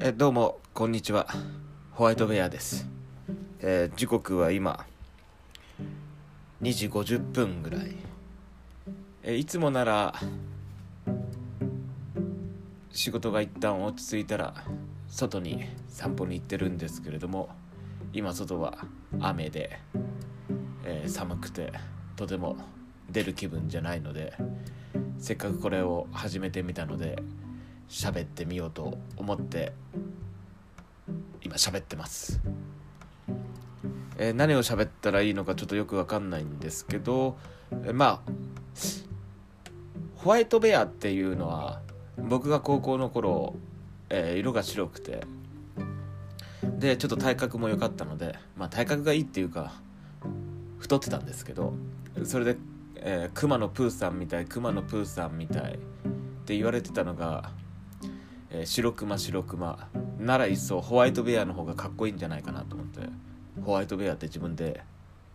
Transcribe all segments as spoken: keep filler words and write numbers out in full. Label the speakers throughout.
Speaker 1: えどうもこんにちは、ホワイトベアです。えー時刻は今にじごじゅっぷんぐらい。えーいつもなら仕事が一旦落ち着いたら外に散歩に行ってるんですけれども、今外は雨で、えー寒くてとても出る気分じゃないので、せっかくこれを始めてみたので喋ってみようと思って今喋ってます。えー何を喋ったらいいのかちょっとよくわかんないんですけど、えーまあホワイトベアっていうのは僕が高校の頃、えー色が白くて、でちょっと体格も良かったので、まあ体格がいいっていうか太ってたんですけど、それで、えー、熊野プーさんみたい熊野プーさんみたいって言われてたのが、えー白熊白熊なら一層ホワイトベアの方がかっこいいんじゃないかなと思って、ホワイトベアって自分で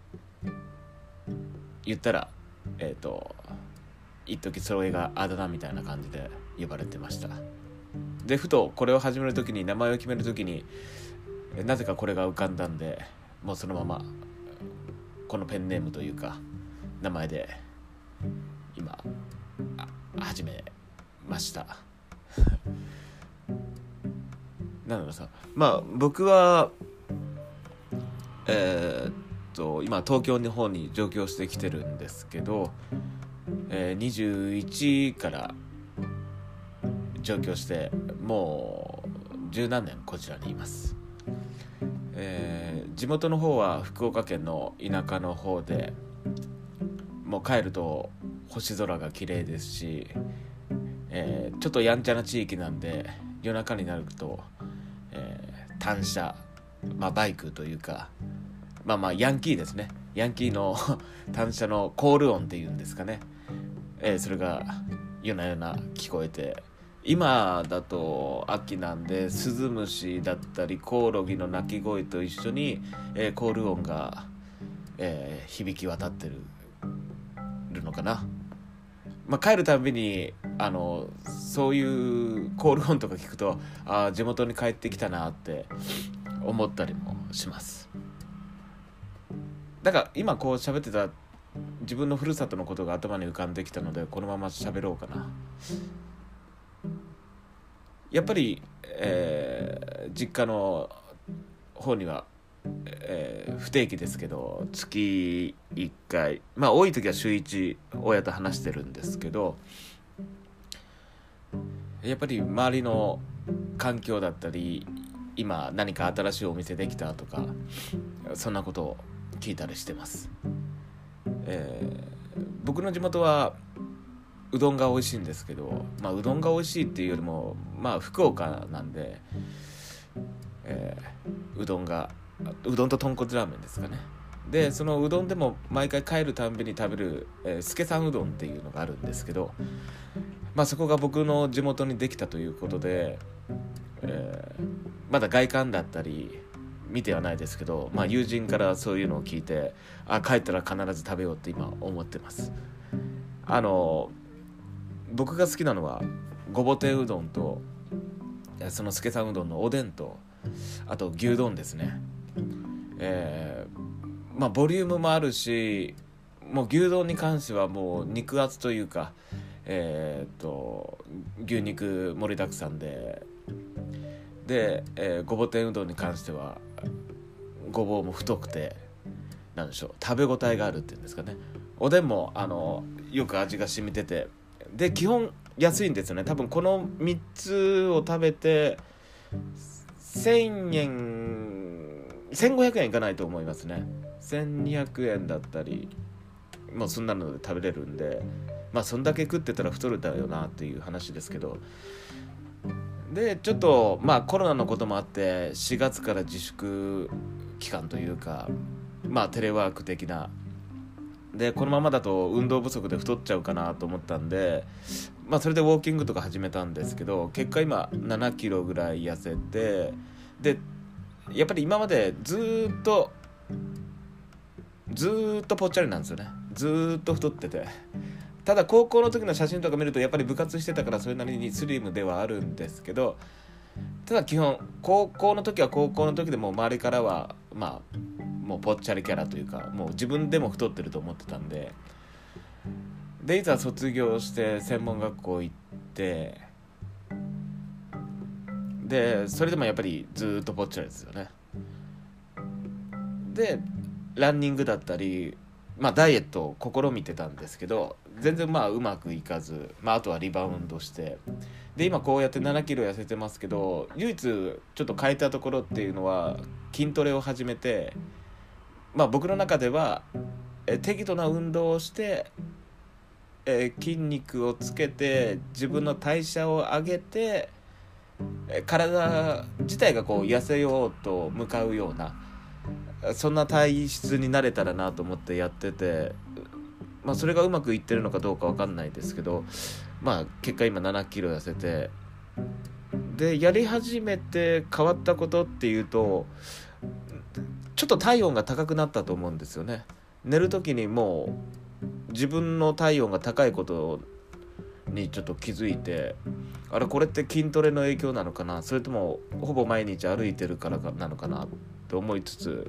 Speaker 1: 言ったら、えっ、ー、と一時それがあだ名みたいな感じで呼ばれてました。でふとこれを始めるときに、名前を決めるときになぜかこれが浮かんだんで、もうそのままこのペンネームというか名前で今始めましたなのでさ、まあ僕はえー、っと今東京の方に上京してきてるんですけど、えー、にじゅういちから上京してもう十何年こちらにいます。えー、地元の方は福岡県の田舎の方で、もう帰ると星空が綺麗ですし、えー、ちょっとやんちゃな地域なんで夜中になると、えー、単車、まあバイクというか、まあまあヤンキーですね、ヤンキーの単車のコール音っていうんですかね、えー、それが夜な夜な聞こえて、今だと秋なんでスズムシだったりコオロギの鳴き声と一緒に、えー、コール音が、えー、響き渡ってるるのかな。まあ、帰るたびにあのそういうコール音とか聞くと、あ地元に帰ってきたなって思ったりもします。だから今こう喋ってた自分のふるさとのことが頭に浮かんできたので、このまま喋ろうかな。やっぱり、えー、実家の方には、えー、不定期ですけど月いっかい、まあ多い時は週いち親と話してるんですけど、やっぱり周りの環境だったり、今何か新しいお店できたとか、そんなことを聞いたりしてます。えー、僕の地元はうどんが美味しいんですけど、まあうどんが美味しいっていうよりも、まあ福岡なんで、えー、うどんがうどんと豚骨ラーメンですかね。でそのうどんでも毎回帰るたんびに食べる、えー、助さんうどんっていうのがあるんですけど、まあそこが僕の地元にできたということで、えー、まだ外観だったり見てはないですけど、まあ友人からそういうのを聞いて、あ帰ったら必ず食べようって今思ってます。あの僕が好きなのはごぼ天うどんと、その助さんうどんのおでんと、あと牛丼ですね。えー、まあボリュームもあるし、もう牛丼に関してはもう肉厚というか、えー、っと牛肉盛りだくさんで、で、えー、ごぼ天うどんに関してはごぼうも太くて、なんでしょう、食べ応えがあるっていうんですかね。おでんもあのよく味が染みてて、で基本安いんですよね。多分このみっつを食べてせんえんせんごひゃくえんいかないと思いますね。せんにひゃくえんだったり、もうそんなので食べれるんで、まあそんだけ食ってたら太るだよなっていう話ですけど、でちょっとまあコロナのこともあってしがつから自粛期間というか、まあテレワーク的なで、このままだと運動不足で太っちゃうかなと思ったんで、まあそれでウォーキングとか始めたんですけど、結果今ななキロぐらい痩せて、でやっぱり今までずっとずっとぽっちゃりなんですよね。ずっと太ってて、ただ高校の時の写真とか見るとやっぱり部活してたからそれなりにスリムではあるんですけど、 ただ基本高校の時は高校の時でもう周りからはまあもうぽっちゃりキャラというか、もう自分でも太ってると思ってたんで、でいざ卒業して専門学校行って、でそれでもやっぱりずっとぽっちゃりですよね。でランニングだったり、まあダイエットを試みてたんですけど、全然まあうまくいかず、まああとはリバウンドして、で今こうやってななキロ痩せてますけど、唯一ちょっと変えたところっていうのは筋トレを始めて、まあ僕の中ではえ適度な運動をして、え筋肉をつけて自分の代謝を上げて、え体自体がこう痩せようと向かうような、そんな体質になれたらなと思ってやってて、まあそれがうまくいってるのかどうか分かんないですけど、まあ結果今ななキロ痩せて、でやり始めて変わったことっていうと、ちょっと体温が高くなったと思うんですよね。寝る時にもう自分の体温が高いことにちょっと気づいて、あれこれって筋トレの影響なのかな、それともほぼ毎日歩いてるからなのかなと思いつつ、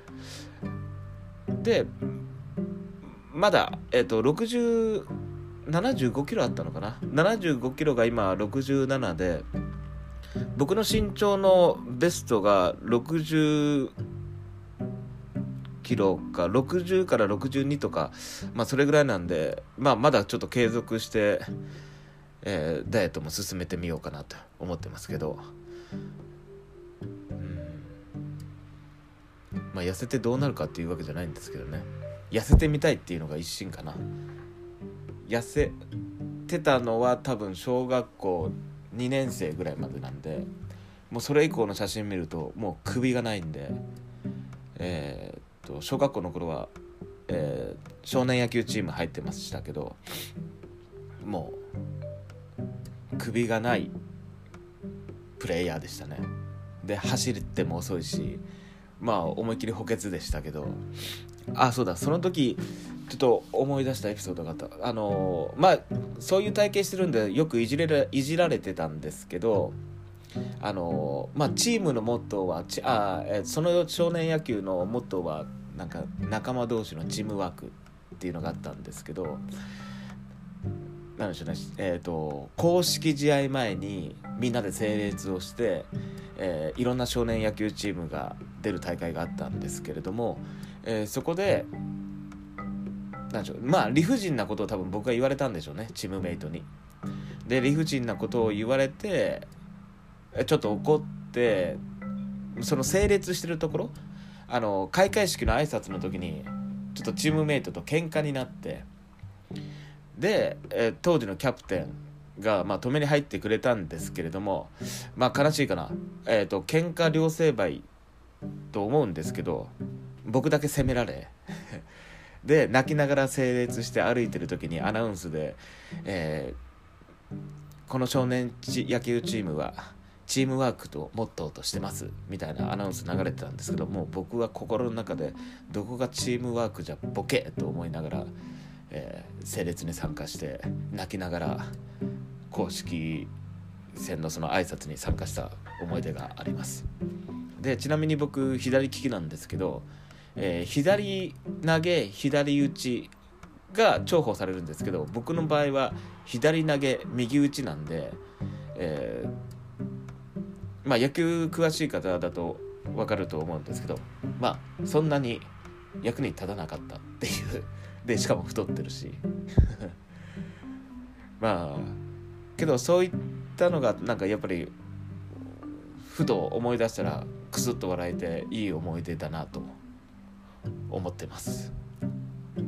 Speaker 1: でまだ、えー、とろくじゅうななじゅうごキロあったのかな、ななじゅうごキロが今ろくじゅうななで、僕の身長のベストがろくじゅうキロかろくじゅうからろくじゅうにとか、まあそれぐらいなんで、まあまだちょっと継続して、えー、ダイエットも進めてみようかなと思ってますけど、うん、まあ痩せてどうなるかっていうわけじゃないんですけどね、痩せてみたいっていうのが一心かな。痩せてたのは多分小学校にねん生ぐらいまでなんで、もうそれ以降の写真見るともう首がないんで、えー小学校の頃は、えー、少年野球チーム入ってましたけど、もう首がないプレイヤーでしたね。で走っても遅いし、まあ思いっきり補欠でしたけど、あそうだその時ちょっと思い出したエピソードがあった。あのー、まあそういう体型してるんでよくいじれらいじられてたんですけど、あのー、まあチームのモットーはちあ、えー、その少年野球のモットーはなんか仲間同士のチームワークっていうのがあったんですけど、なんでしょうね、えーと、公式試合前にみんなで整列をして、えー、いろんな少年野球チームが出る大会があったんですけれども、えー、そこでなんでしょう、まあ理不尽なことを多分僕が言われたんでしょうね、チームメイトに。で理不尽なことを言われてちょっと怒って、その整列してるところ、あの開会式の挨拶の時にちょっとチームメイトと喧嘩になって、で、えー、当時のキャプテンが、まあ、止めに入ってくれたんですけれども、まあ悲しいかな、えーと喧嘩両成敗と思うんですけど、僕だけ責められで泣きながら整列して歩いてる時にアナウンスで、えー、この少年野球チームはチームワークとモットーとしてますみたいなアナウンス流れてたんですけど、もう僕は心の中でどこがチームワークじゃボケと思いながら、えー、整列に参加して泣きながら公式戦のその挨拶に参加した思い出があります。でちなみに僕左利きなんですけど、えー、左投げ左打ちが重宝されるんですけど、僕の場合は左投げ右打ちなんで、えーまあ野球詳しい方だと分かると思うんですけど、まあそんなに役に立たなかったっていうで、しかも太ってるしまあけどそういったのがなんかやっぱりふと思い出したらクスッと笑えていい思い出だなと思ってます。うん、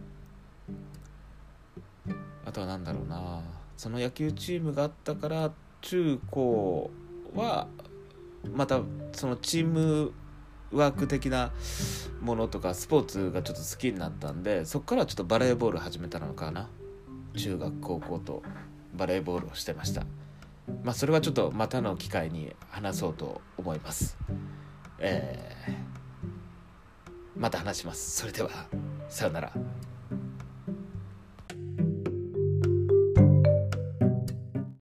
Speaker 1: あとはなんだろうな、その野球チームがあったから中高はまたそのチームワーク的なものとかスポーツがちょっと好きになったんで、そっからちょっとバレーボール始めたのかな。中学高校とバレーボールをしてました。まあそれはちょっとまたの機会に話そうと思います。えー、また話します。それではさよなら。